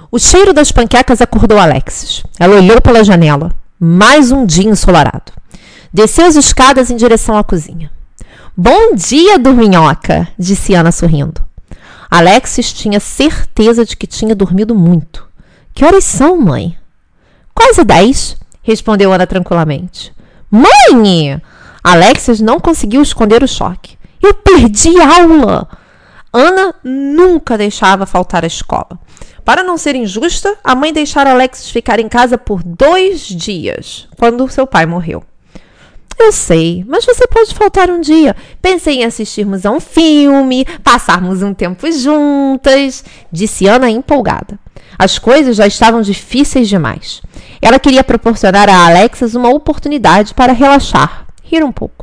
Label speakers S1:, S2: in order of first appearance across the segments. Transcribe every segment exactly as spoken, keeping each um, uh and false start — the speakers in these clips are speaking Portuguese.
S1: O cheiro das panquecas acordou Alexis. Ela olhou pela janela. Mais um dia ensolarado. Desceu as escadas em direção à cozinha. Bom dia, dorminhoca, disse Ana sorrindo. Alexis tinha certeza de que tinha dormido muito. Que horas são, mãe? Quase dez, respondeu Ana tranquilamente. Mãe! Alexis não conseguiu esconder o choque. Eu perdi a aula! Ana nunca deixava faltar a escola. Para não ser injusta, a mãe deixara Alexis ficar em casa por dois dias, quando seu pai morreu. Eu sei, mas você pode faltar um dia. Pensei em assistirmos a um filme, passarmos um tempo juntas, disse Ana empolgada. As coisas já estavam difíceis demais. Ela queria proporcionar a Alexis uma oportunidade para relaxar, rir um pouco.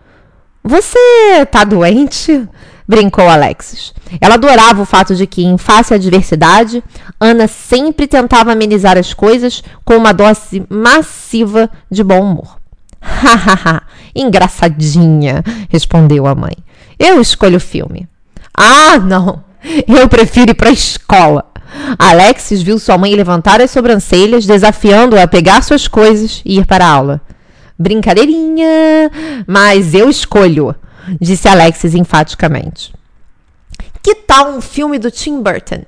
S1: Você tá doente? Brincou Alexis. Ela adorava o fato de que, em face à adversidade, Ana sempre tentava amenizar as coisas com uma dose massiva de bom humor. Hahaha, engraçadinha, respondeu a mãe. Eu escolho o filme. Ah, não, eu prefiro ir para a escola. Alexis viu sua mãe levantar as sobrancelhas, desafiando-a a pegar suas coisas e ir para a aula. Brincadeirinha, mas eu escolho, disse Alexis enfaticamente. Que tal um filme do Tim Burton?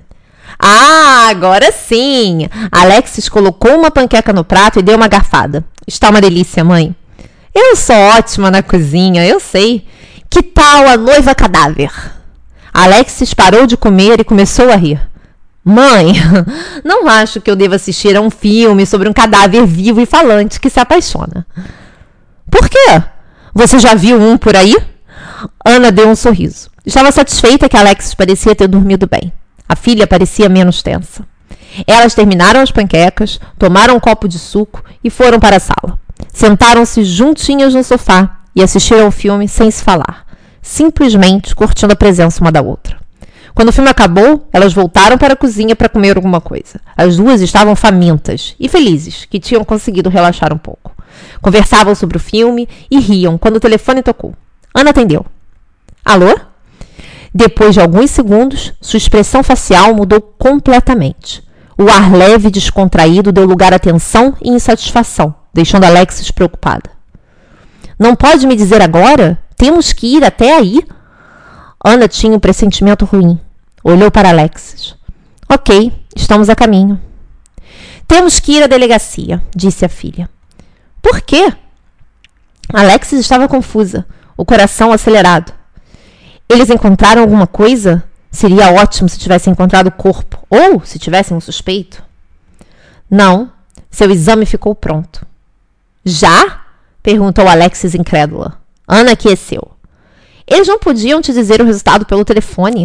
S1: Ah, agora sim! Alexis colocou uma panqueca no prato e deu uma garfada. Está uma delícia, mãe. Eu sou ótima na cozinha, eu sei. Que tal A Noiva Cadáver? Alexis parou de comer e começou a rir. Mãe, não acho que eu deva assistir a um filme sobre um cadáver vivo e falante que se apaixona. Por quê? Você já viu um por aí? Ana deu um sorriso. Estava satisfeita que Alexis parecia ter dormido bem. A filha parecia menos tensa. Elas terminaram as panquecas, tomaram um copo de suco e foram para a sala. Sentaram-se juntinhas no sofá e assistiram ao filme sem se falar, simplesmente curtindo a presença uma da outra. Quando o filme acabou, elas voltaram para a cozinha para comer alguma coisa. As duas estavam famintas e felizes que tinham conseguido relaxar um pouco. Conversavam sobre o filme e riam quando o telefone tocou. Ana atendeu. Alô? Depois de alguns segundos, sua expressão facial mudou completamente. O ar leve e descontraído deu lugar a tensão e insatisfação, deixando Alexis preocupada. Não pode me dizer agora? Temos que ir até aí? Ana tinha um pressentimento ruim. Olhou para Alexis. Ok, estamos a caminho. Temos que ir à delegacia, disse a filha. Por quê? Alexis estava confusa, o coração acelerado. Eles encontraram alguma coisa? Seria ótimo se tivessem encontrado o corpo, ou se tivessem um suspeito. Não, seu exame ficou pronto. Já? Perguntou Alexis incrédula. Ana aqueceu. Eles não podiam te dizer o resultado pelo telefone?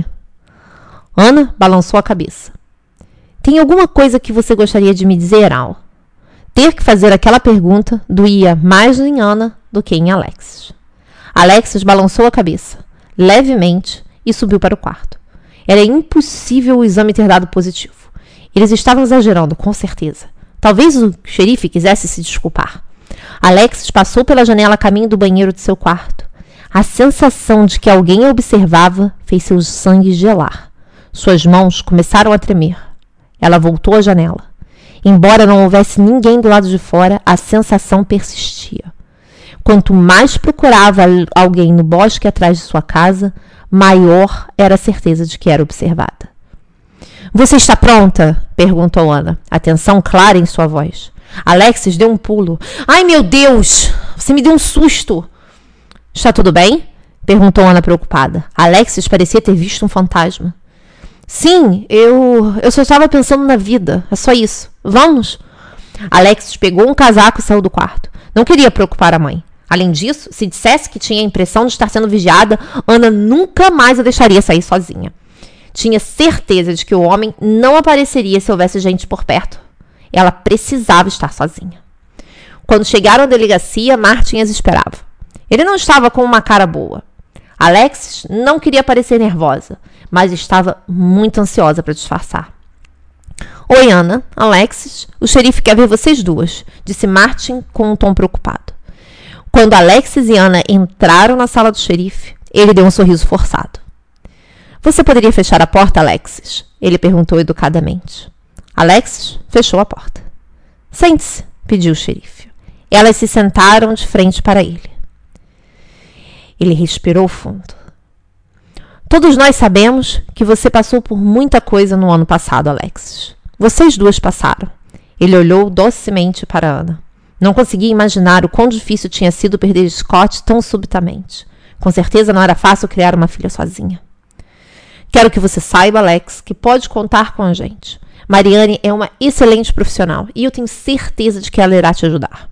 S1: Ana balançou a cabeça. Tem alguma coisa que você gostaria de me dizer, Al? Ter que fazer aquela pergunta doía mais em Ana do que em Alexis. Alexis balançou a cabeça, levemente, e subiu para o quarto. Era impossível o exame ter dado positivo. Eles estavam exagerando, com certeza. Talvez o xerife quisesse se desculpar. Alexis passou pela janela a caminho do banheiro de seu quarto. A sensação de que alguém a observava fez seu sangue gelar. Suas mãos começaram a tremer. Ela voltou à janela. Embora não houvesse ninguém do lado de fora, a sensação persistia. Quanto mais procurava alguém no bosque atrás de sua casa, maior era a certeza de que era observada. Você está pronta? Perguntou Ana, a tensão clara em sua voz. Alexis deu um pulo. Ai, meu Deus! Você me deu um susto! Está tudo bem? Perguntou Ana preocupada. Alexis parecia ter visto um fantasma. Sim, eu, eu só estava pensando na vida. É só isso. Vamos? Alexis pegou um casaco e saiu do quarto. Não queria preocupar a mãe. Além disso, se dissesse que tinha a impressão de estar sendo vigiada, Ana nunca mais a deixaria sair sozinha. Tinha certeza de que o homem não apareceria se houvesse gente por perto. Ela precisava estar sozinha. Quando chegaram à delegacia, Martin as esperava. Ele não estava com uma cara boa. Alexis não queria parecer nervosa, mas estava muito ansiosa para disfarçar. Oi, Ana, Alexis, o xerife quer ver vocês duas, disse Martin com um tom preocupado. Quando Alexis e Ana entraram na sala do xerife, ele deu um sorriso forçado. Você poderia fechar a porta, Alexis? Ele perguntou educadamente. Alexis fechou a porta. Sente-se, pediu o xerife. Elas se sentaram de frente para ele. Ele respirou fundo. Todos nós sabemos que você passou por muita coisa no ano passado, Alexis. Vocês duas passaram. Ele olhou docemente para Ana. Não conseguia imaginar o quão difícil tinha sido perder Scott tão subitamente. Com certeza não era fácil criar uma filha sozinha. Quero que você saiba, Alex, que pode contar com a gente. Mariane é uma excelente profissional e eu tenho certeza de que ela irá te ajudar.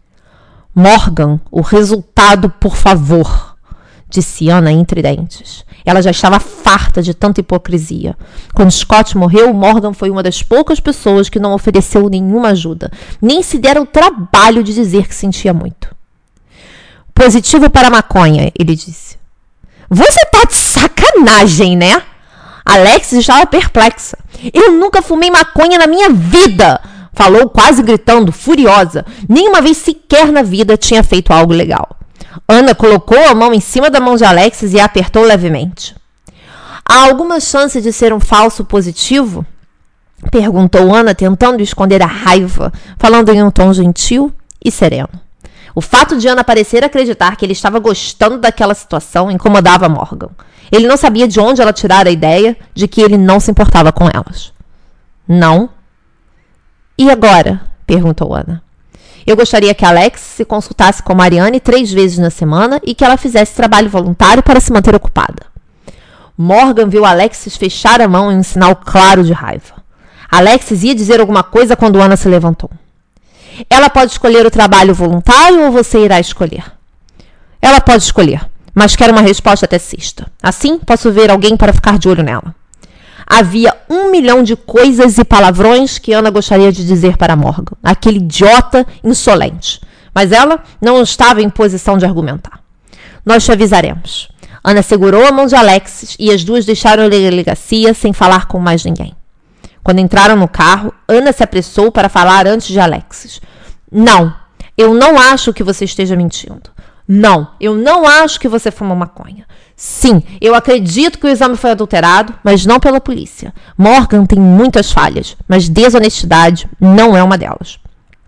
S1: Morgan, o resultado, por favor, disse Ana entre dentes. Ela já estava farta de tanta hipocrisia. Quando Scott morreu, Morgan foi uma das poucas pessoas que não ofereceu nenhuma ajuda, nem se dera o trabalho de dizer que sentia muito. Positivo para a maconha, ele disse. Você tá de sacanagem, né? Alex estava perplexa. Eu nunca fumei maconha na minha vida, falou quase gritando, furiosa. Nenhuma vez sequer na vida tinha feito algo legal. Ana colocou a mão em cima da mão de Alexis e a apertou levemente. Há alguma chance de ser um falso positivo? Perguntou Ana, tentando esconder a raiva, falando em um tom gentil e sereno. O fato de Ana parecer acreditar que ele estava gostando daquela situação incomodava Morgan. Ele não sabia de onde ela tirara a ideia de que ele não se importava com elas. Não? E agora? Perguntou Ana. Eu gostaria que Alex se consultasse com Mariane três vezes na semana e que ela fizesse trabalho voluntário para se manter ocupada. Morgan viu Alexis fechar a mão em um sinal claro de raiva. Alexis ia dizer alguma coisa quando Ana se levantou. Ela pode escolher o trabalho voluntário ou você irá escolher? Ela pode escolher, mas quero uma resposta até sexta. Assim, posso ver alguém para ficar de olho nela. Havia um milhão de coisas e palavrões que Ana gostaria de dizer para Morgan, aquele idiota insolente. Mas ela não estava em posição de argumentar. Nós te avisaremos. Ana segurou a mão de Alexis e as duas deixaram a delegacia sem falar com mais ninguém. Quando entraram no carro, Ana se apressou para falar antes de Alexis. Não, eu não acho que você esteja mentindo. Não, eu não acho que você fuma maconha. Sim, eu acredito que o exame foi adulterado, mas não pela polícia. Morgan tem muitas falhas, mas desonestidade não é uma delas.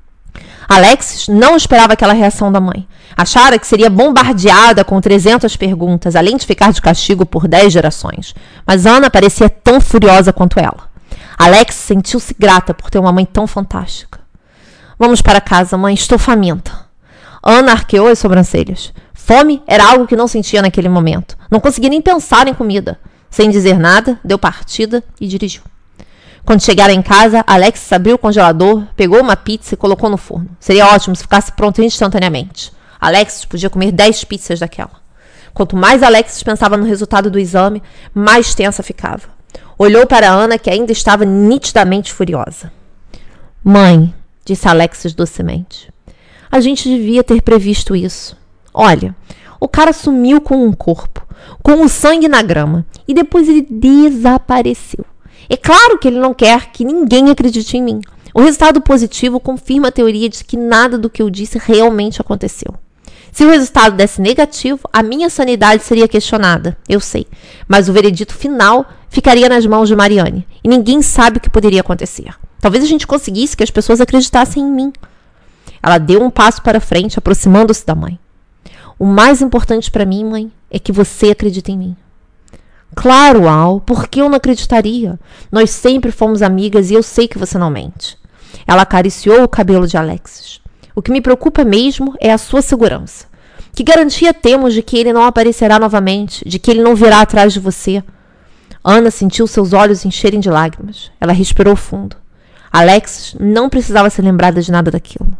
S1: Alexis não esperava aquela reação da mãe. Achara que seria bombardeada com trezentas perguntas, além de ficar de castigo por dez gerações. Mas Ana parecia tão furiosa quanto ela. Alex sentiu-se grata por ter uma mãe tão fantástica. Vamos para casa, mãe, estou faminta. Ana arqueou as sobrancelhas. Fome era algo que não sentia naquele momento. Não conseguia nem pensar em comida. Sem dizer nada, deu partida e dirigiu. Quando chegaram em casa, Alex abriu o congelador, pegou uma pizza e colocou no forno. Seria ótimo se ficasse pronto instantaneamente. Alex podia comer dez pizzas daquela. Quanto mais Alex pensava no resultado do exame, mais tensa ficava. Olhou para Ana, que ainda estava nitidamente furiosa. Mãe, disse Alexis docemente, a gente devia ter previsto isso. Olha, o cara sumiu com um corpo, com o sangue na grama, e depois ele desapareceu. É claro que ele não quer que ninguém acredite em mim. O resultado positivo confirma a teoria de que nada do que eu disse realmente aconteceu. Se o resultado desse negativo, a minha sanidade seria questionada, eu sei. Mas o veredito final ficaria nas mãos de Mariane. E ninguém sabe o que poderia acontecer. Talvez a gente conseguisse que as pessoas acreditassem em mim. Ela deu um passo para frente, aproximando-se da mãe. O mais importante para mim, mãe, é que você acredite em mim. Claro, Al, por que eu não acreditaria? Nós sempre fomos amigas e eu sei que você não mente. Ela acariciou o cabelo de Alexis. O que me preocupa mesmo é a sua segurança. Que garantia temos de que ele não aparecerá novamente, de que ele não virá atrás de você? Ana sentiu seus olhos encherem de lágrimas. Ela respirou fundo. Alexis não precisava ser lembrada de nada daquilo.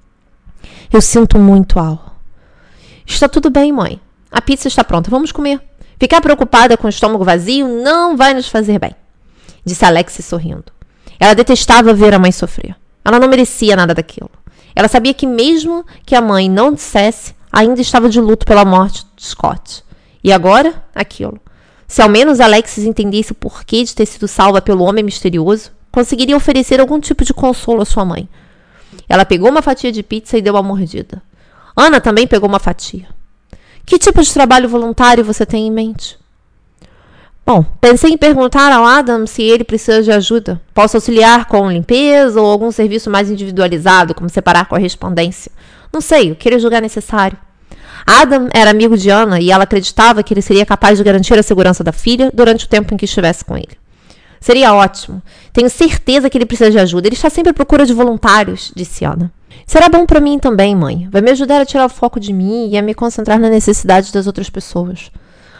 S1: Eu sinto muito, Al. Está tudo bem, mãe. A pizza está pronta. Vamos comer. Ficar preocupada com o estômago vazio não vai nos fazer bem, disse Alexis sorrindo. Ela detestava ver a mãe sofrer. Ela não merecia nada daquilo. Ela sabia que mesmo que a mãe não dissesse, ainda estava de luto pela morte de Scott. E agora, aquilo. Se ao menos Alexis entendesse o porquê de ter sido salva pelo homem misterioso, conseguiria oferecer algum tipo de consolo à sua mãe. Ela pegou uma fatia de pizza e deu uma mordida. Ana também pegou uma fatia. Que tipo de trabalho voluntário você tem em mente? Bom, pensei em perguntar ao Adam se ele precisa de ajuda. Posso auxiliar com limpeza ou algum serviço mais individualizado, como separar correspondência. Não sei, o que ele julgar necessário. Adam era amigo de Ana e ela acreditava que ele seria capaz de garantir a segurança da filha durante o tempo em que estivesse com ele. Seria ótimo. Tenho certeza que ele precisa de ajuda. Ele está sempre à procura de voluntários, disse Ana. Será bom para mim também, mãe. Vai me ajudar a tirar o foco de mim e a me concentrar na necessidade das outras pessoas.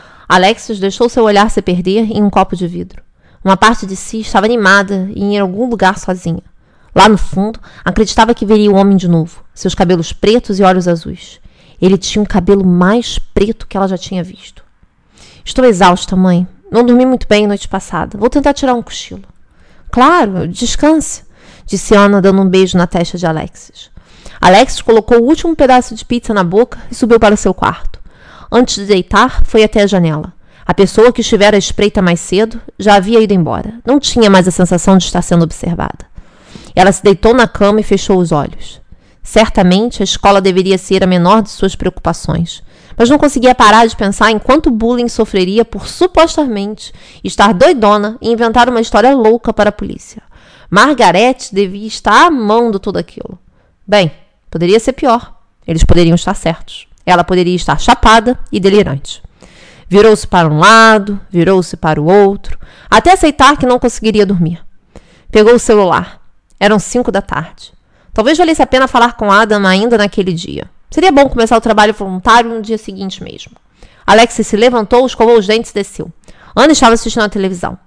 S1: Alexis deixou seu olhar se perder em um copo de vidro. Uma parte de si estava animada em ir a algum lugar sozinha. Lá no fundo, acreditava que veria o homem de novo, seus cabelos pretos e olhos azuis. Ele tinha um cabelo mais preto que ela já tinha visto. Estou exausta, mãe. Não dormi muito bem noite passada. Vou tentar tirar um cochilo. Claro, descanse, disse Ana, dando um beijo na testa de Alexis. Alexis colocou o último pedaço de pizza na boca e subiu para o seu quarto. Antes de deitar, foi até a janela. A pessoa que estivera à espreita mais cedo já havia ido embora. Não tinha mais a sensação de estar sendo observada. Ela se deitou na cama e fechou os olhos. Certamente, a escola deveria ser a menor de suas preocupações, mas não conseguia parar de pensar em quanto bullying sofreria por supostamente estar doidona e inventar uma história louca para a polícia. Margarete devia estar amando tudo aquilo. Bem, poderia ser pior. Eles poderiam estar certos. Ela poderia estar chapada e delirante. Virou-se para um lado, virou-se para o outro, até aceitar que não conseguiria dormir. Pegou o celular. Eram cinco da tarde. Talvez valesse a pena falar com Adam ainda naquele dia. Seria bom começar o trabalho voluntário no dia seguinte mesmo. Alexis se levantou, escovou os dentes e desceu. Ana estava assistindo a televisão.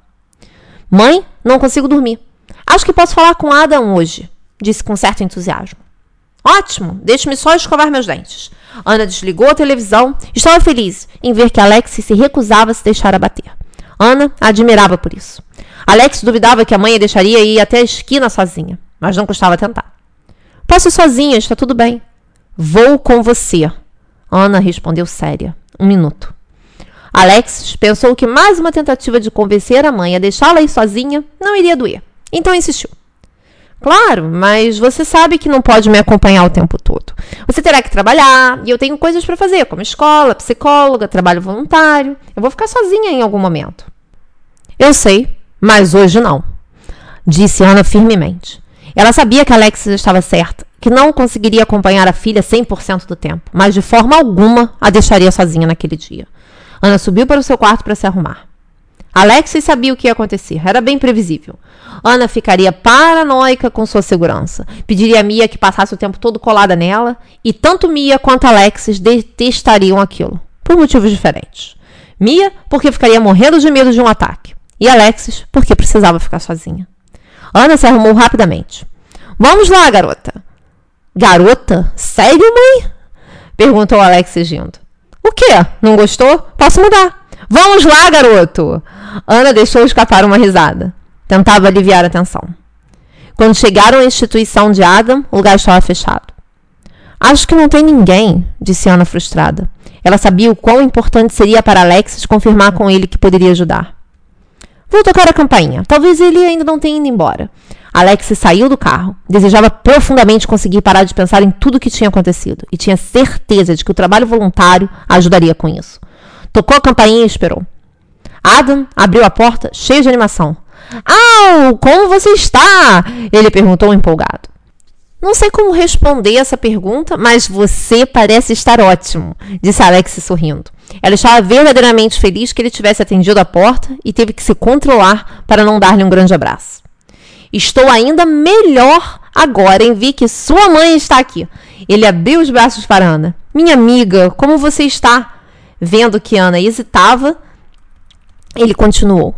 S1: Mãe, não consigo dormir. Acho que posso falar com Adam hoje, disse com certo entusiasmo. Ótimo, deixe-me só escovar meus dentes. Ana desligou a televisão e estava feliz em ver que Alexis se recusava a se deixar abater. Ana a admirava por isso. Alexis duvidava que a mãe a deixaria ir até a esquina sozinha, mas não custava tentar. Posso ir sozinha, está tudo bem. Vou com você. Ana respondeu séria. Um minuto. Alexis pensou que mais uma tentativa de convencer a mãe a deixá-la ir sozinha não iria doer. Então insistiu. Claro, mas você sabe que não pode me acompanhar o tempo todo. Você terá que trabalhar e eu tenho coisas para fazer, como escola, psicóloga, trabalho voluntário. Eu vou ficar sozinha em algum momento. Eu sei, mas hoje não, disse Ana firmemente. Ela sabia que Alexis estava certa, que não conseguiria acompanhar a filha cem por cento do tempo, mas de forma alguma a deixaria sozinha naquele dia. Ana subiu para o seu quarto para se arrumar. Alexis sabia o que ia acontecer, era bem previsível. Ana ficaria paranoica com sua segurança, pediria a Mia que passasse o tempo todo colada nela, e tanto Mia quanto Alexis detestariam aquilo, por motivos diferentes. Mia, porque ficaria morrendo de medo de um ataque, e Alexis, porque precisava ficar sozinha. Ana se arrumou rapidamente. Vamos lá, garota. Garota? Sério, mãe? Perguntou Alexis rindo. O quê? Não gostou? Posso mudar. Vamos lá, garoto! Ana deixou escapar uma risada. Tentava aliviar a tensão. Quando chegaram à instituição de Adam, o lugar estava fechado. Acho que não tem ninguém, disse Ana frustrada. Ela sabia o quão importante seria para Alexis confirmar com ele que poderia ajudar. Vou tocar a campainha. Talvez ele ainda não tenha ido embora. Alexis saiu do carro. Desejava profundamente conseguir parar de pensar em tudo o que tinha acontecido. E tinha certeza de que o trabalho voluntário a ajudaria com isso. Tocou a campainha e esperou. Adam abriu a porta, cheio de animação. Au, como você está? Ele perguntou empolgado. Não sei como responder essa pergunta, mas você parece estar ótimo, disse Alexis sorrindo. Ela estava verdadeiramente feliz que ele tivesse atendido a porta e teve que se controlar para não dar-lhe um grande abraço. Estou ainda melhor agora em ver que sua mãe está aqui. Ele abriu os braços para Ana. Minha amiga, como você está? Vendo que Ana hesitava, ele continuou.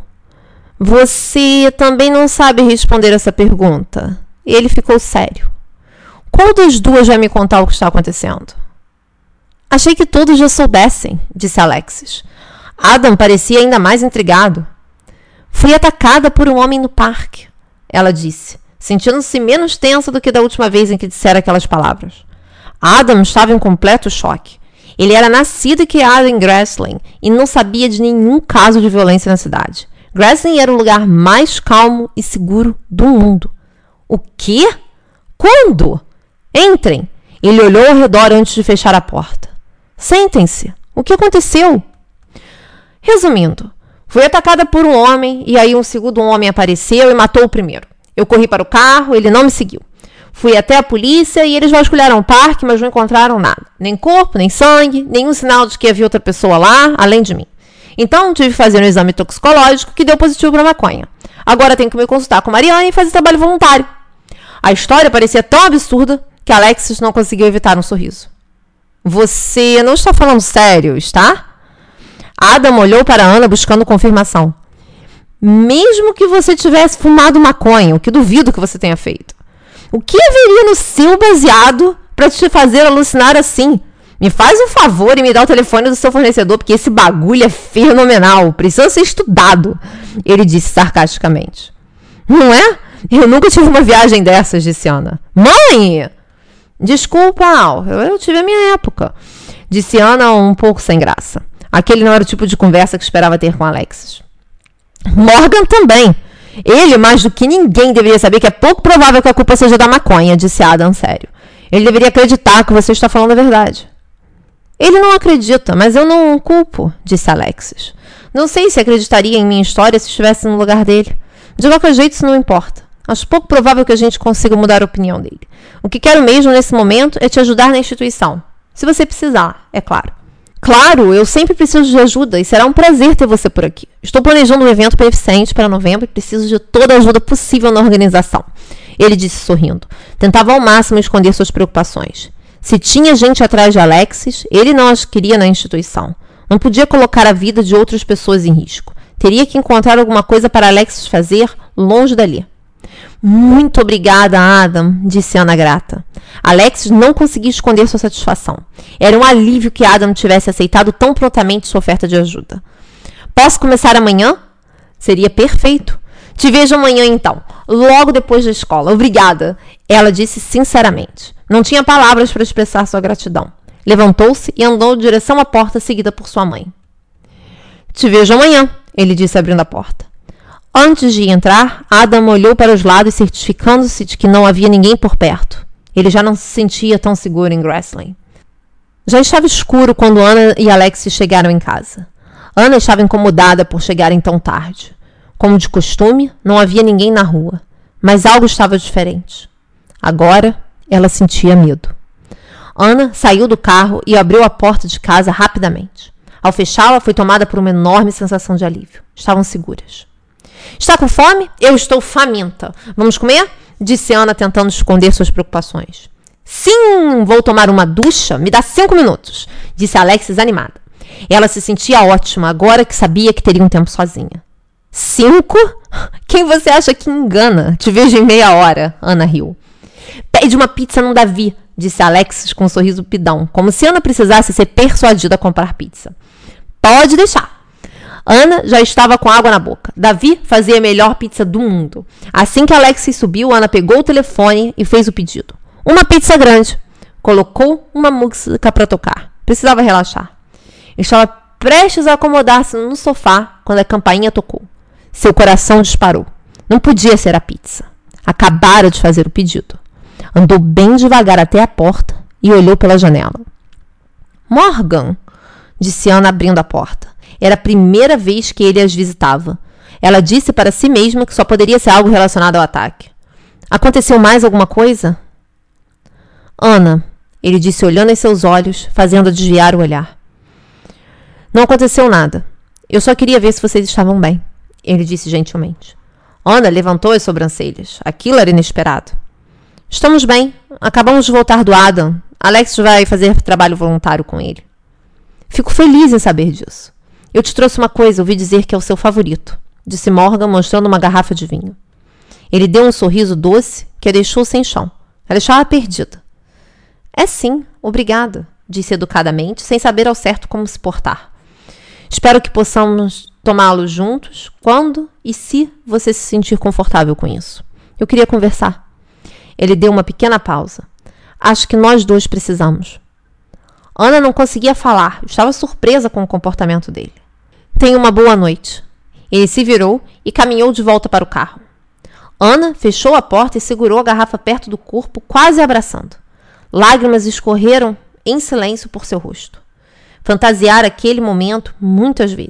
S1: Você também não sabe responder essa pergunta? Ele ficou sério. Qual das duas vai me contar o que está acontecendo? Achei que todos já soubessem, disse Alexis. Adam parecia ainda mais intrigado. Fui atacada por um homem no parque, ela disse, sentindo-se menos tensa do que da última vez em que dissera aquelas palavras. Adam estava em completo choque. Ele era nascido e criado em Grassland e não sabia de nenhum caso de violência na cidade. Grassland era o lugar mais calmo e seguro do mundo. O quê? Quando? Entrem. Ele olhou ao redor antes de fechar a porta. Sentem-se. O que aconteceu? Resumindo, Fui atacada por um homem e aí um segundo homem apareceu e matou o primeiro. Eu corri para o carro, ele não me seguiu. Fui até a polícia e eles vasculharam o parque, mas não encontraram nada. Nem corpo, nem sangue, nenhum sinal de que havia outra pessoa lá, além de mim. Então, tive que fazer um exame toxicológico que deu positivo para maconha. Agora tenho que me consultar com Mariana e fazer trabalho voluntário. A história parecia tão absurda que Alexis não conseguiu evitar um sorriso. Você não está falando sério, está? Adam olhou para Ana buscando confirmação. Mesmo que você tivesse fumado maconha, o que duvido que você tenha feito. O que haveria no seu baseado para te fazer alucinar assim? Me faz um favor e me dá o telefone do seu fornecedor, porque esse bagulho é fenomenal. Precisa ser estudado, ele disse sarcasticamente. Não é? Eu nunca tive uma viagem dessas, disse Ana. Mãe! Desculpa, Al, eu, eu tive a minha época, disse Ana um pouco sem graça. Aquele não era o tipo de conversa que esperava ter com Alexis. Morgan também. Ele, mais do que ninguém, deveria saber que é pouco provável que a culpa seja da maconha, disse Adam sério. Ele deveria acreditar que você está falando a verdade. Ele não acredita, mas eu não o culpo, disse Alexis. Não sei se acreditaria em minha história se estivesse no lugar dele. De qualquer jeito, isso não importa. Acho pouco provável que a gente consiga mudar a opinião dele. O que quero mesmo nesse momento é te ajudar na instituição. Se você precisar, é claro. Claro, eu sempre preciso de ajuda e será um prazer ter você por aqui. Estou planejando um evento beneficente para novembro e preciso de toda a ajuda possível na organização. Ele disse sorrindo. Tentava ao máximo esconder suas preocupações. Se tinha gente atrás de Alexis, ele não as queria na instituição. Não podia colocar a vida de outras pessoas em risco. Teria que encontrar alguma coisa para Alexis fazer longe dali. Muito obrigada, Adam, disse Ana grata. Alexis não conseguia esconder sua satisfação. Era um alívio que Adam tivesse aceitado tão prontamente sua oferta de ajuda. Posso começar amanhã? Seria perfeito. Te vejo amanhã, então, logo depois da escola. Obrigada, ela disse sinceramente. Não tinha palavras para expressar sua gratidão. Levantou-se e andou em direção à porta, seguida por sua mãe. Te vejo amanhã, ele disse abrindo a porta. Antes de entrar, Adam olhou para os lados, certificando-se de que não havia ninguém por perto. Ele já não se sentia tão seguro em Grassland. Já estava escuro quando Ana e Alexis chegaram em casa. Ana estava incomodada por chegarem tão tarde. Como de costume, não havia ninguém na rua, mas algo estava diferente. Agora, ela sentia medo. Ana saiu do carro e abriu a porta de casa rapidamente. Ao fechá-la, foi tomada por uma enorme sensação de alívio. Estavam seguras. Está com fome? Eu estou faminta. Vamos comer? Disse Ana, tentando esconder suas preocupações. Sim, vou tomar uma ducha. Me dá cinco minutos, disse Alexis animada. Ela se sentia ótima, agora que sabia que teria um tempo sozinha. Cinco? Quem você acha que engana? Te vejo em meia hora, Ana riu. Pede uma pizza no Davi, disse Alexis com um sorriso pidão, como se Ana precisasse ser persuadida a comprar pizza. Pode deixar. Ana já estava com água na boca. Davi fazia a melhor pizza do mundo. Assim que Alexis subiu, Ana pegou o telefone e fez o pedido. Uma pizza grande. Colocou uma música para tocar. Precisava relaxar. Estava prestes a acomodar-se no sofá quando a campainha tocou. Seu coração disparou. Não podia ser a pizza. Acabara de fazer o pedido. Andou bem devagar até a porta e olhou pela janela. Morgan, disse Ana abrindo a porta. Era a primeira vez que ele as visitava. Ela disse para si mesma que só poderia ser algo relacionado ao ataque. Aconteceu mais alguma coisa? Ana, ele disse olhando em seus olhos, fazendo-a desviar o olhar. Não aconteceu nada. Eu só queria ver se vocês estavam bem, ele disse gentilmente. Ana levantou as sobrancelhas. Aquilo era inesperado. Estamos bem. Acabamos de voltar do Adam. Alex vai fazer trabalho voluntário com ele. Fico feliz em saber disso. Eu te trouxe uma coisa, ouvi dizer que é o seu favorito, disse Morgan, mostrando uma garrafa de vinho. Ele deu um sorriso doce que a deixou sem chão. Ela estava perdida. É sim, obrigada, disse educadamente, sem saber ao certo como se portar. Espero que possamos tomá-lo juntos quando e se você se sentir confortável com isso. Eu queria conversar. Ele deu uma pequena pausa. Acho que nós dois precisamos. Ana não conseguia falar, estava surpresa com o comportamento dele. Tenha uma boa noite. Ele se virou e caminhou de volta para o carro. Ana fechou a porta e segurou a garrafa perto do corpo, quase abraçando. Lágrimas escorreram em silêncio por seu rosto. Fantasiara aquele momento muitas vezes.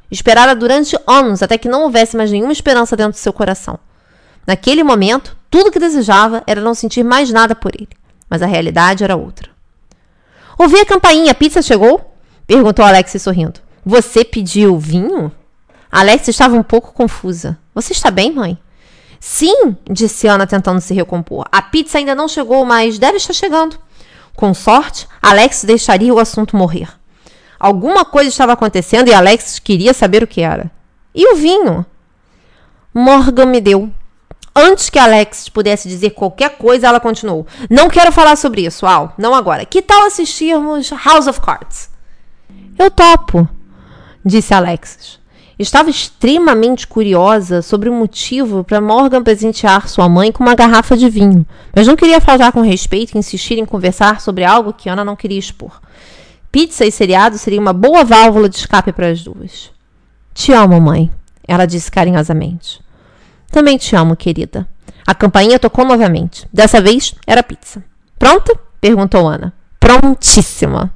S1: Esperara durante anos até que não houvesse mais nenhuma esperança dentro do seu coração. Naquele momento, tudo que desejava era não sentir mais nada por ele. Mas a realidade era outra. Ouvi a campainha, a pizza chegou? Perguntou Alexis sorrindo. Você pediu vinho? Alexis estava um pouco confusa. Você está bem, mãe? Sim, disse Ana tentando se recompor. A pizza ainda não chegou, mas deve estar chegando. Com sorte, Alexis deixaria o assunto morrer. Alguma coisa estava acontecendo e Alexis queria saber o que era. E o vinho? Morgan me deu. Antes que Alexis pudesse dizer qualquer coisa, ela continuou. Não quero falar sobre isso, Al. Não agora. Que tal assistirmos House of Cards? Eu topo, disse Alexis. Estava extremamente curiosa sobre o motivo para Morgan presentear sua mãe com uma garrafa de vinho, mas não queria faltar com respeito e insistir em conversar sobre algo que Ana não queria expor. Pizza e seriado seria uma boa válvula de escape para as duas. Te amo, mãe, ela disse carinhosamente. Também te amo, querida. A campainha tocou novamente. Dessa vez, era pizza. Pronta? Perguntou Ana. Prontíssima.